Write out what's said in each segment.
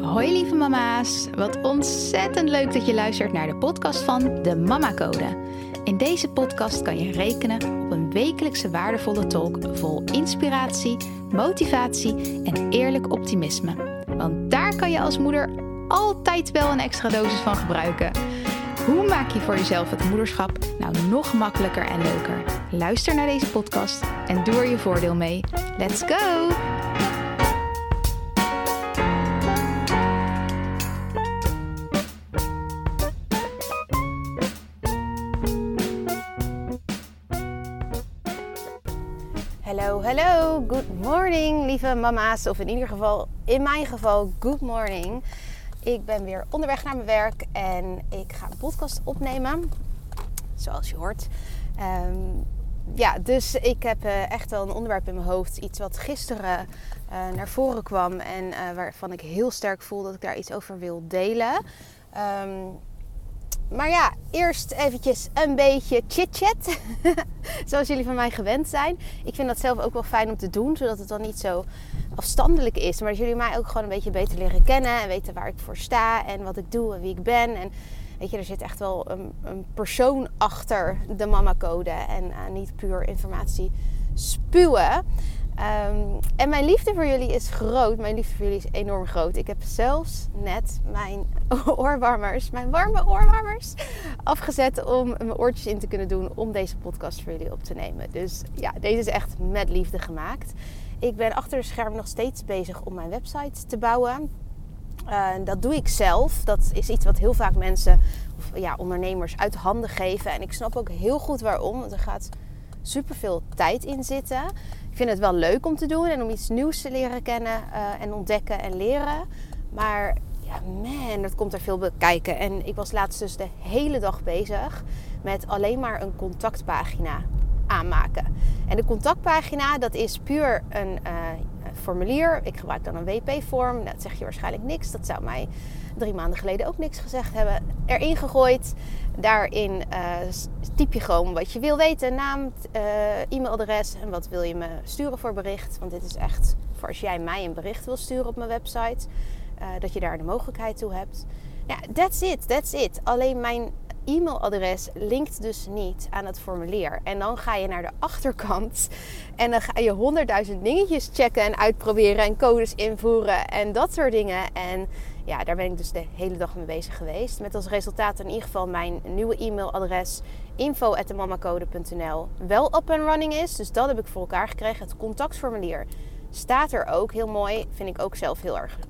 Hoi lieve mama's, wat ontzettend leuk dat je luistert naar de podcast van de Mama Code. In deze podcast kan je rekenen op een wekelijkse waardevolle talk vol inspiratie, motivatie en eerlijk optimisme. Want daar kan je als moeder altijd wel een extra dosis van gebruiken. Hoe maak je voor jezelf het moederschap nou nog makkelijker en leuker? Luister naar deze podcast en doe er je voordeel mee. Let's go! Hallo, good morning lieve mama's, of in ieder geval, in mijn geval, good morning. Ik ben weer onderweg naar mijn werk en ik ga een podcast opnemen, zoals je hoort. Dus ik heb echt wel een onderwerp in mijn hoofd, iets wat gisteren naar voren kwam en waarvan ik heel sterk voel dat ik daar iets over wil delen. Maar ja, eerst eventjes een beetje chit-chat, zoals jullie van mij gewend zijn. Ik vind dat zelf ook wel fijn om te doen, zodat het dan niet zo afstandelijk is. Maar dat jullie mij ook gewoon een beetje beter leren kennen en weten waar ik voor sta en wat ik doe en wie ik ben. En weet je, er zit echt wel een persoon achter de Mama Code en niet puur informatie spuwen. En mijn liefde voor jullie is groot. Mijn liefde voor jullie is enorm groot. Ik heb zelfs net mijn oorwarmers, mijn warme oorwarmers, afgezet om mijn oortjes in te kunnen doen om deze podcast voor jullie op te nemen. Dus ja, deze is echt met liefde gemaakt. Ik ben achter de schermen nog steeds bezig om mijn website te bouwen. Dat doe ik zelf. Dat is iets wat heel vaak mensen, ondernemers uit handen geven. En ik snap ook heel goed waarom. Want er gaat superveel tijd in zitten. Ik vind het wel leuk om te doen en om iets nieuws te leren kennen en ontdekken en leren. Maar ja, dat komt er veel bij kijken. En ik was laatst dus de hele dag bezig met alleen maar een contactpagina aanmaken. En de contactpagina, dat is puur een formulier. Ik gebruik dan een WP-vorm. Dat zeg je waarschijnlijk niks. Dat zou mij 3 maanden geleden ook niks gezegd hebben. Erin gegooid. Daarin typ je gewoon wat je wil weten. Naam, e-mailadres en wat wil je me sturen voor bericht. Want dit is echt voor als jij mij een bericht wil sturen op mijn website. Dat je daar de mogelijkheid toe hebt. Ja, that's it. Alleen mijn e-mailadres linkt dus niet aan het formulier. En dan ga je naar de achterkant en dan ga je 100.000 dingetjes checken en uitproberen en codes invoeren en dat soort dingen. En ja, daar ben ik dus de hele dag mee bezig geweest. Met als resultaat in ieder geval mijn nieuwe e-mailadres info@themamacode.nl wel up and running is. Dus dat heb ik voor elkaar gekregen. Het contactformulier staat er ook heel mooi. Vind ik ook zelf heel erg,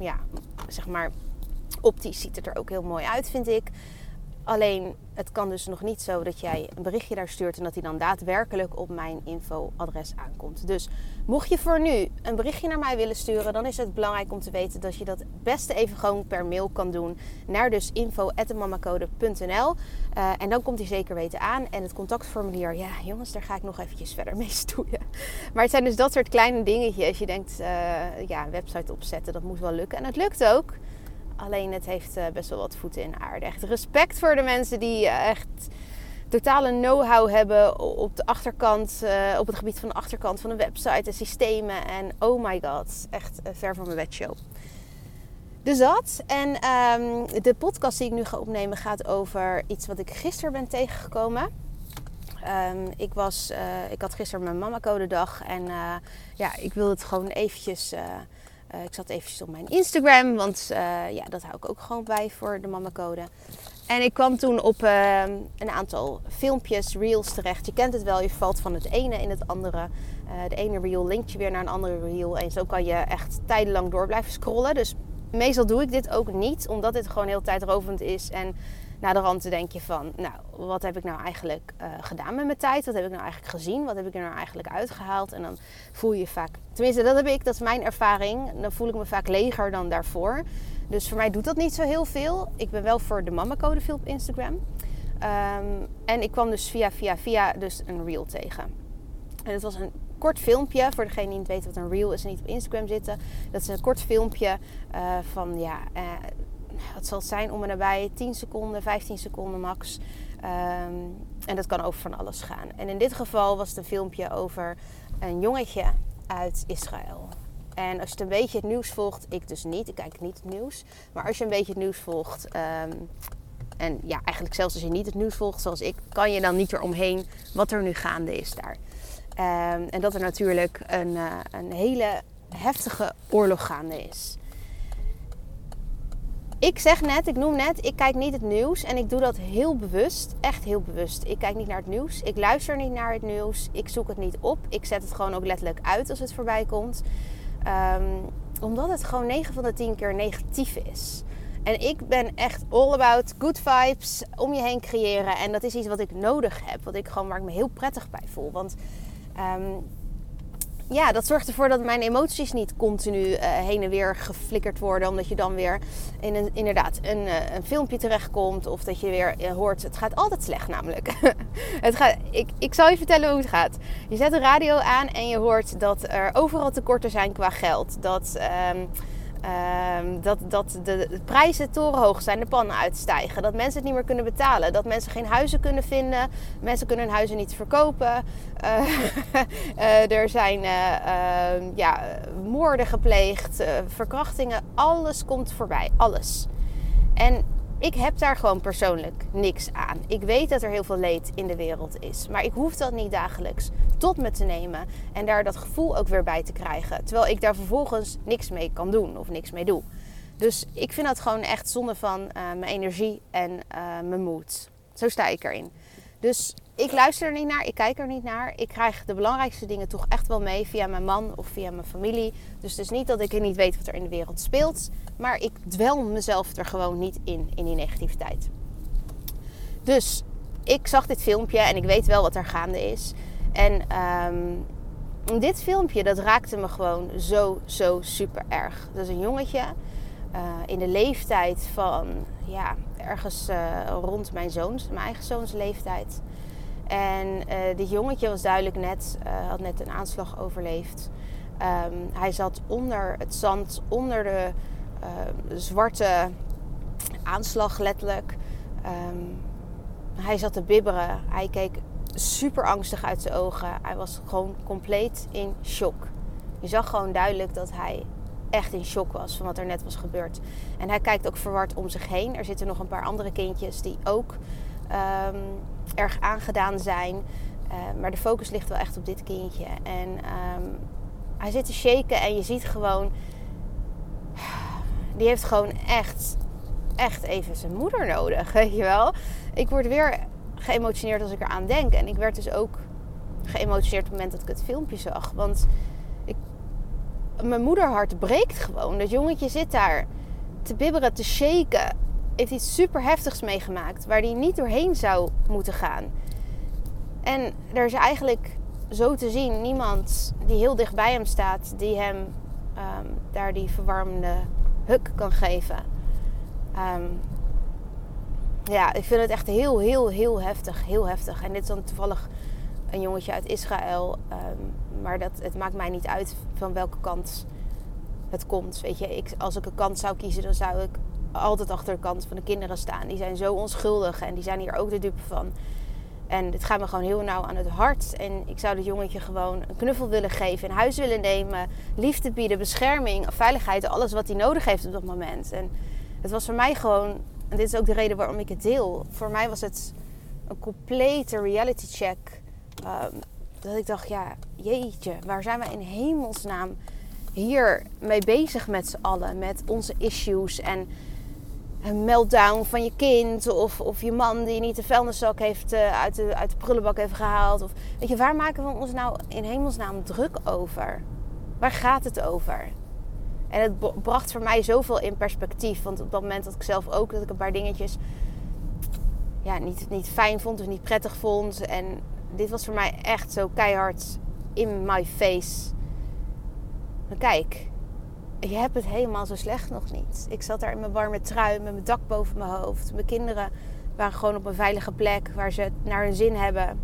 optisch ziet het er ook heel mooi uit, vind ik. Alleen, het kan dus nog niet zo dat jij een berichtje daar stuurt en dat hij dan daadwerkelijk op mijn infoadres aankomt. Dus mocht je voor nu een berichtje naar mij willen sturen, dan is het belangrijk om te weten dat je dat het beste even gewoon per mail kan doen naar dus info@themamacode.nl. En dan komt hij zeker weten aan. En het contactformulier, ja jongens, daar ga ik nog eventjes verder mee stoeien. Maar het zijn dus dat soort kleine dingetjes. Je denkt, een website opzetten, dat moet wel lukken. En het lukt ook. Alleen het heeft best wel wat voeten in aarde. Echt respect voor de mensen die echt totale know-how hebben op de achterkant, op het gebied van de achterkant van een website en systemen. En oh my god, echt ver van mijn bedshow. Dus dat. En de podcast die ik nu ga opnemen gaat over iets wat ik gisteren ben tegengekomen. Ik had gisteren mijn Mama Code dag en ik wilde het gewoon eventjes. Ik zat eventjes op mijn Instagram, want dat hou ik ook gewoon bij voor de Mama Code. En ik kwam toen op een aantal filmpjes, reels terecht. Je kent het wel, je valt van het ene in het andere. De ene reel linkt je weer naar een andere reel. En zo kan je echt tijdenlang door blijven scrollen. Dus meestal doe ik dit ook niet, omdat dit gewoon heel tijdrovend is. En na de rand denk je van, wat heb ik nou eigenlijk gedaan met mijn tijd? Wat heb ik nou eigenlijk gezien? Wat heb ik er nou eigenlijk uitgehaald? En dan voel je vaak, tenminste dat is mijn ervaring. Dan voel ik me vaak leger dan daarvoor. Dus voor mij doet dat niet zo heel veel. Ik ben wel voor de Mama Code veel op Instagram. En ik kwam dus via dus een reel tegen. En het was een kort filmpje, voor degene die niet weet wat een reel is en niet op Instagram zitten. Dat is een kort filmpje wat zal het zijn, om en nabij 10 seconden, 15 seconden max. En dat kan over van alles gaan. En in dit geval was het een filmpje over een jongetje uit Israël. En als je een beetje het nieuws volgt, ik dus niet, ik kijk niet het nieuws. Maar als je een beetje het nieuws volgt, en ja, eigenlijk zelfs als je niet het nieuws volgt zoals ik, kan je dan niet eromheen wat er nu gaande is daar. En dat er natuurlijk een hele heftige oorlog gaande is. Ik noem net, ik kijk niet het nieuws en ik doe dat heel bewust, echt heel bewust. Ik kijk niet naar het nieuws, ik luister niet naar het nieuws, ik zoek het niet op. Ik zet het gewoon ook letterlijk uit als het voorbij komt. Omdat het gewoon 9 van de 10 keer negatief is. En ik ben echt all about good vibes om je heen creëren. En dat is iets wat ik nodig heb, waar ik me heel prettig bij voel. Want dat zorgt ervoor dat mijn emoties niet continu heen en weer geflikkerd worden. Omdat je dan weer in een filmpje terechtkomt. Of dat je weer hoort, het gaat altijd slecht namelijk. Ik zal je vertellen hoe het gaat. Je zet de radio aan en je hoort dat er overal tekorten zijn qua geld. Dat de prijzen torenhoog zijn, de pannen uitstijgen. Dat mensen het niet meer kunnen betalen. Dat mensen geen huizen kunnen vinden. Mensen kunnen hun huizen niet verkopen. Er zijn moorden gepleegd. Verkrachtingen. Alles komt voorbij. Alles. En ik heb daar gewoon persoonlijk niks aan. Ik weet dat er heel veel leed in de wereld is. Maar ik hoef dat niet dagelijks tot me te nemen. En daar dat gevoel ook weer bij te krijgen. Terwijl ik daar vervolgens niks mee kan doen. Of niks mee doe. Dus ik vind dat gewoon echt zonde van mijn energie en mijn moed. Zo sta ik erin. Dus ik luister er niet naar. Ik kijk er niet naar. Ik krijg de belangrijkste dingen toch echt wel mee via mijn man of via mijn familie. Dus het is niet dat ik er niet weet wat er in de wereld speelt. Maar ik dwel mezelf er gewoon niet in die negativiteit. Dus ik zag dit filmpje en ik weet wel wat er gaande is. En dit filmpje, dat raakte me gewoon zo super erg. Dat is een jongetje in de leeftijd van, ergens rond mijn eigen zoons leeftijd. En dit jongetje was duidelijk had net een aanslag overleefd. Hij zat onder het zand, onder de zwarte aanslag letterlijk. Hij zat te bibberen. Hij keek super angstig uit zijn ogen. Hij was gewoon compleet in shock. Je zag gewoon duidelijk dat hij echt in shock was van wat er net was gebeurd. En hij kijkt ook verward om zich heen. Er zitten nog een paar andere kindjes die ook erg aangedaan zijn. Maar de focus ligt wel echt op dit kindje. En hij zit te shaken en je ziet gewoon, die heeft gewoon echt even zijn moeder nodig, weet je wel. Ik word weer geëmotioneerd als ik eraan denk. En ik werd dus ook geëmotioneerd op het moment dat ik het filmpje zag. Want mijn moederhart breekt gewoon. Dat jongetje zit daar te bibberen, te shaken. Heeft iets super heftigs meegemaakt waar hij niet doorheen zou moeten gaan. En er is eigenlijk zo te zien niemand die heel dicht bij hem staat, die hem daar die verwarmende huk kan geven. Ik vind het echt heel heftig. Heel heftig. En dit is dan toevallig een jongetje uit Israël. Maar het maakt mij niet uit van welke kant het komt. Weet je, als ik een kant zou kiezen, dan zou ik altijd achter de kant van de kinderen staan. Die zijn zo onschuldig en die zijn hier ook de dupe van. En dit gaat me gewoon heel nauw aan het hart. En ik zou dit jongetje gewoon een knuffel willen geven, in huis willen nemen, liefde bieden, bescherming, veiligheid, alles wat hij nodig heeft op dat moment. En het was voor mij gewoon, en dit is ook de reden waarom ik het deel, voor mij was het een complete reality check. Dat ik dacht, jeetje, waar zijn we in hemelsnaam hier mee bezig met z'n allen? Met onze issues en een meltdown van je kind. Of je man die niet de vuilniszak heeft uit de prullenbak heeft gehaald. Of, weet je, waar maken we ons nou in hemelsnaam druk over? Waar gaat het over? En het bracht voor mij zoveel in perspectief. Want op dat moment had ik zelf ook dat ik een paar dingetjes niet fijn vond of niet prettig vond. En dit was voor mij echt zo keihard in my face. Maar kijk, je hebt het helemaal zo slecht nog niet. Ik zat daar in mijn warme trui met mijn dak boven mijn hoofd. Mijn kinderen waren gewoon op een veilige plek waar ze het naar hun zin hebben.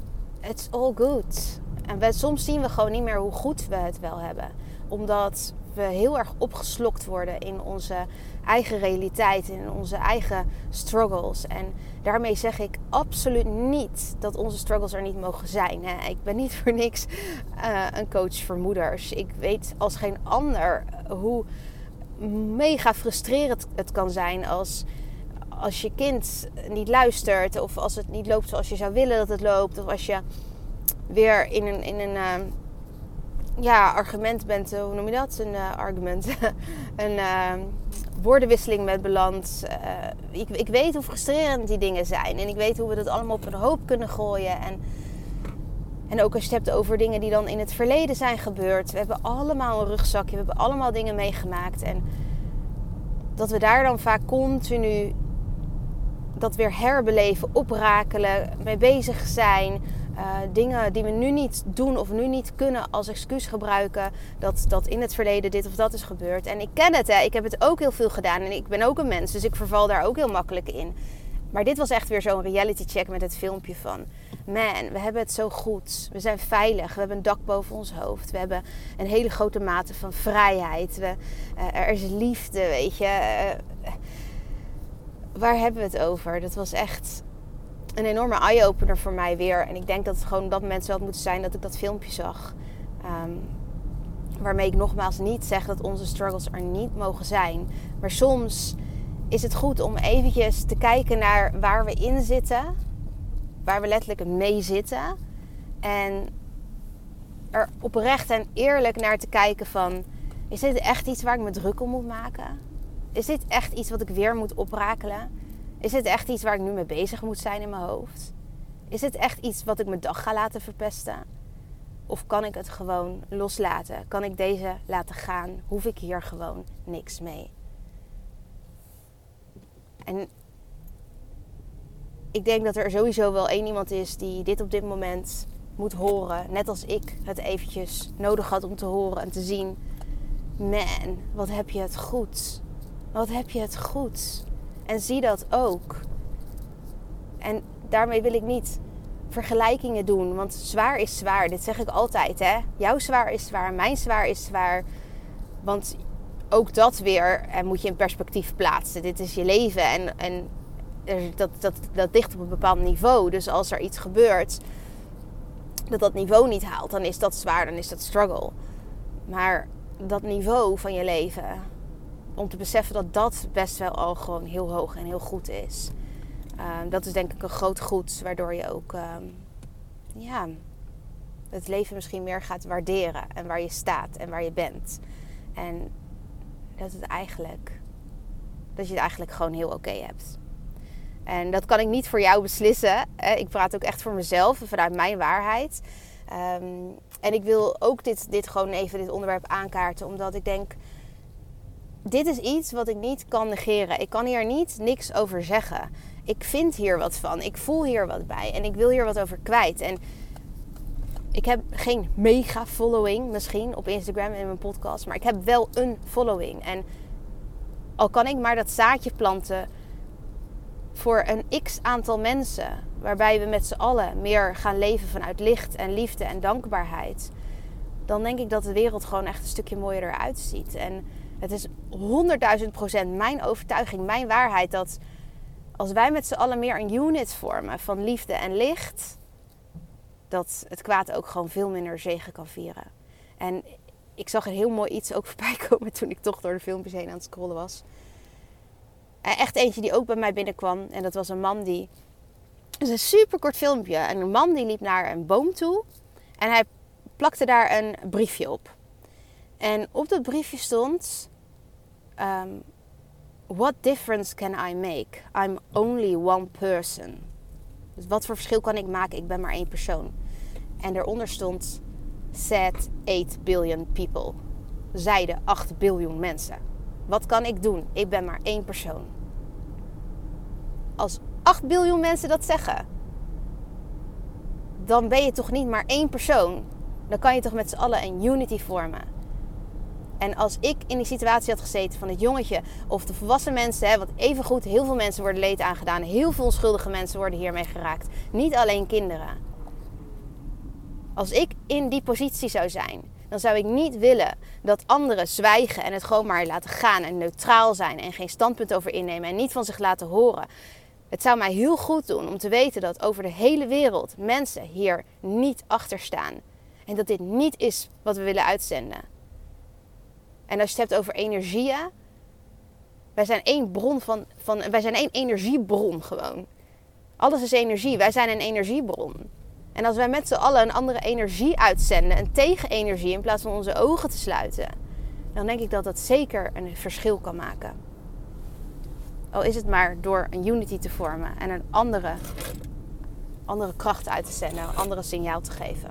It's all good. En soms zien we gewoon niet meer hoe goed we het wel hebben. Omdat we heel erg opgeslokt worden in onze eigen realiteit, in onze eigen struggles. En daarmee zeg ik absoluut niet dat onze struggles er niet mogen zijn. Hè. Ik ben niet voor niks een coach voor moeders. Ik weet als geen ander hoe mega frustrerend het kan zijn als je kind niet luistert, of als het niet loopt zoals je zou willen dat het loopt, of als je weer in een argument bent, hoe noem je dat? Een argument. een woordenwisseling met beland. Ik weet hoe frustrerend die dingen zijn. En ik weet hoe we dat allemaal op een hoop kunnen gooien. En ook als je het hebt over dingen die dan in het verleden zijn gebeurd. We hebben allemaal een rugzakje. We hebben allemaal dingen meegemaakt. En dat we daar dan vaak continu dat weer herbeleven, oprakelen, mee bezig zijn. Dingen die we nu niet doen of nu niet kunnen als excuus gebruiken. Dat in het verleden dit of dat is gebeurd. En ik ken het, hè. Ik heb het ook heel veel gedaan. En ik ben ook een mens, dus ik verval daar ook heel makkelijk in. Maar dit was echt weer zo'n reality check met het filmpje van... Man, we hebben het zo goed. We zijn veilig. We hebben een dak boven ons hoofd. We hebben een hele grote mate van vrijheid. Er is liefde, weet je. Waar hebben we het over? Dat was echt een enorme eye-opener voor mij weer. En ik denk dat het gewoon op dat moment zo had moeten zijn dat ik dat filmpje zag. Waarmee ik nogmaals niet zeg dat onze struggles er niet mogen zijn. Maar soms is het goed om eventjes te kijken naar waar we in zitten. Waar we letterlijk mee zitten. En er oprecht en eerlijk naar te kijken van... Is dit echt iets waar ik me druk om moet maken? Is dit echt iets wat ik weer moet oprakelen? Is dit echt iets waar ik nu mee bezig moet zijn in mijn hoofd? Is dit echt iets wat ik mijn dag ga laten verpesten? Of kan ik het gewoon loslaten? Kan ik deze laten gaan? Hoef ik hier gewoon niks mee? En ik denk dat er sowieso wel één iemand is die dit op dit moment moet horen. Net als ik het eventjes nodig had om te horen en te zien. Man, wat heb je het goed. Wat heb je het goed. En zie dat ook. En daarmee wil ik niet vergelijkingen doen. Want zwaar is zwaar. Dit zeg ik altijd, hè. Jouw zwaar is zwaar. Mijn zwaar is zwaar. Want ook dat weer moet je in perspectief plaatsen. Dit is je leven. En dat ligt op een bepaald niveau. Dus als er iets gebeurt dat niveau niet haalt, dan is dat zwaar. Dan is dat struggle. Maar dat niveau van je leven, om te beseffen dat dat best wel al gewoon heel hoog en heel goed is. Dat is denk ik een groot goed, waardoor je ook het leven misschien meer gaat waarderen. En waar je staat en waar je bent. En dat je het eigenlijk gewoon heel oké hebt. En dat kan ik niet voor jou beslissen. Ik praat ook echt voor mezelf, vanuit mijn waarheid. En ik wil ook dit onderwerp aankaarten, omdat ik denk, dit is iets wat ik niet kan negeren. Ik kan hier niks over zeggen. Ik vind hier wat van. Ik voel hier wat bij. En ik wil hier wat over kwijt. En ik heb geen mega following misschien op Instagram en in mijn podcast. Maar ik heb wel een following. En al kan ik maar dat zaadje planten voor een x aantal mensen. Waarbij we met z'n allen meer gaan leven vanuit licht en liefde en dankbaarheid. Dan denk ik dat de wereld gewoon echt een stukje mooier eruit ziet. En het is 100.000% mijn overtuiging, mijn waarheid, dat als wij met z'n allen meer een unit vormen van liefde en licht, dat het kwaad ook gewoon veel minder zege kan vieren. En ik zag een heel mooi iets ook voorbij komen toen ik toch door de filmpjes heen aan het scrollen was. Echt eentje die ook bij mij binnenkwam. En dat was een man die... Het is een super kort filmpje. En een man die liep naar een boom toe. En hij plakte daar een briefje op. En op dat briefje stond... What difference can I make? I'm only one person. Dus wat voor verschil kan ik maken? Ik ben maar één persoon. En daaronder stond... Said 8 billion people. Zeiden 8 biljoen mensen. Wat kan ik doen? Ik ben maar één persoon. Als 8 biljoen mensen dat zeggen, dan ben je toch niet maar één persoon. Dan kan je toch met z'n allen een unity vormen. En als ik in die situatie had gezeten van het jongetje of de volwassen mensen, want evengoed, heel veel mensen worden leed aangedaan. Heel veel onschuldige mensen worden hiermee geraakt. Niet alleen kinderen. Als ik in die positie zou zijn, dan zou ik niet willen dat anderen zwijgen en het gewoon maar laten gaan en neutraal zijn en geen standpunt over innemen en niet van zich laten horen. Het zou mij heel goed doen om te weten dat over de hele wereld mensen hier niet achter staan. En dat dit niet is wat we willen uitzenden. En als je het hebt over energieën, wij zijn één energiebron gewoon. Alles is energie, wij zijn een energiebron. En als wij met z'n allen een andere energie uitzenden, een tegenenergie in plaats van onze ogen te sluiten, dan denk ik dat dat zeker een verschil kan maken. Al is het maar door een unity te vormen en een andere kracht uit te zenden, een andere signaal te geven.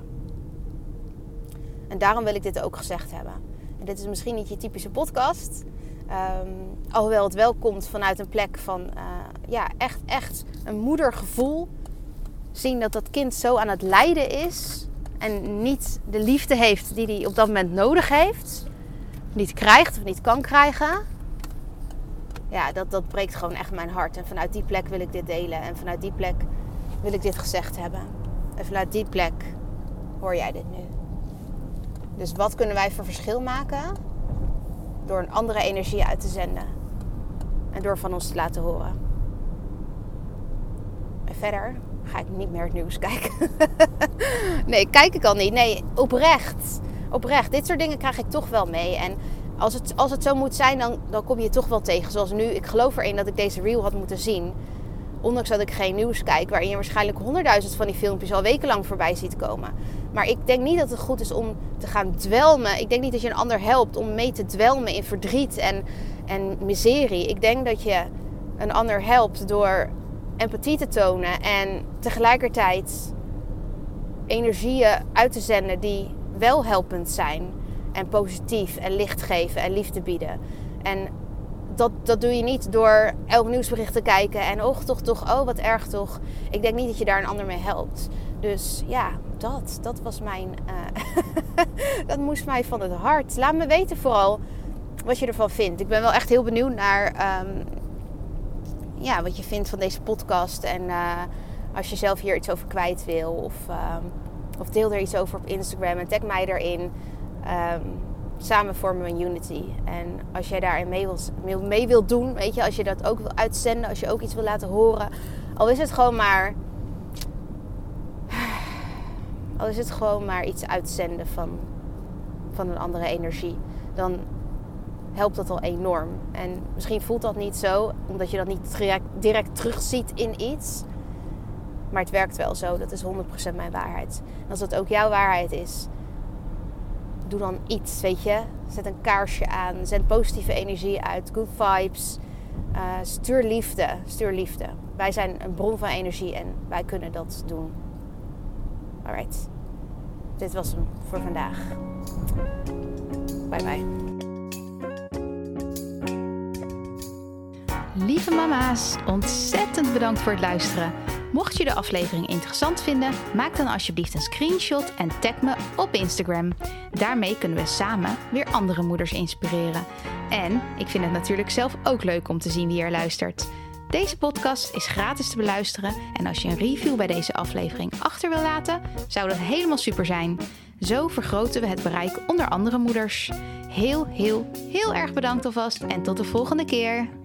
En daarom wil ik dit ook gezegd hebben. En dit is misschien niet je typische podcast, alhoewel het wel komt vanuit een plek van echt een moedergevoel. Zien dat dat kind zo aan het lijden is en niet de liefde heeft die hij op dat moment nodig heeft. Niet krijgt of niet kan krijgen. Ja, dat breekt gewoon echt mijn hart. En vanuit die plek wil ik dit delen. En vanuit die plek wil ik dit gezegd hebben. En vanuit die plek hoor jij dit nu. Dus wat kunnen wij voor verschil maken? Door een andere energie uit te zenden. En door van ons te laten horen. En verder ga ik niet meer het nieuws kijken. Nee, kijk ik al niet. Nee, oprecht. Dit soort dingen krijg ik toch wel mee. En als het zo moet zijn, dan kom je het toch wel tegen. Zoals nu, ik geloof erin dat ik deze reel had moeten zien. Ondanks dat ik geen nieuws kijk. Waarin je waarschijnlijk 100.000 van die filmpjes al wekenlang voorbij ziet komen. Maar ik denk niet dat het goed is om te gaan dwelmen. Ik denk niet dat je een ander helpt om mee te dwelmen in verdriet en miserie. Ik denk dat je een ander helpt door empathie te tonen. En tegelijkertijd energieën uit te zenden die wel helpend zijn. En positief en licht geven en liefde bieden. En dat doe je niet door elk nieuwsbericht te kijken. En toch, wat erg toch. Ik denk niet dat je daar een ander mee helpt. Dus ja, dat was mijn... dat moest mij van het hart. Laat me weten vooral wat je ervan vindt. Ik ben wel echt heel benieuwd naar wat je vindt van deze podcast. En als je zelf hier iets over kwijt wil. Of deel er iets over op Instagram en tag mij erin. Samen vormen we een unity. En als jij daarin mee wilt doen, weet je, als je dat ook wil uitzenden, als je ook iets wil laten horen, al is het gewoon maar iets uitzenden van een andere energie, dan helpt dat al enorm. En misschien voelt dat niet zo, omdat je dat niet direct terugziet in iets. Maar het werkt wel zo, dat is 100% mijn waarheid. En als dat ook jouw waarheid is, doe dan iets, weet je. Zet een kaarsje aan. Zend positieve energie uit. Good vibes. Stuur liefde. Wij zijn een bron van energie en wij kunnen dat doen. Alright. Dit was hem voor vandaag. Bye bye. Lieve mama's, ontzettend bedankt voor het luisteren. Mocht je de aflevering interessant vinden, maak dan alsjeblieft een screenshot en tag me op Instagram. Daarmee kunnen we samen weer andere moeders inspireren. En ik vind het natuurlijk zelf ook leuk om te zien wie er luistert. Deze podcast is gratis te beluisteren en als je een review bij deze aflevering achter wil laten, zou dat helemaal super zijn. Zo vergroten we het bereik onder andere moeders. Heel erg bedankt alvast en tot de volgende keer.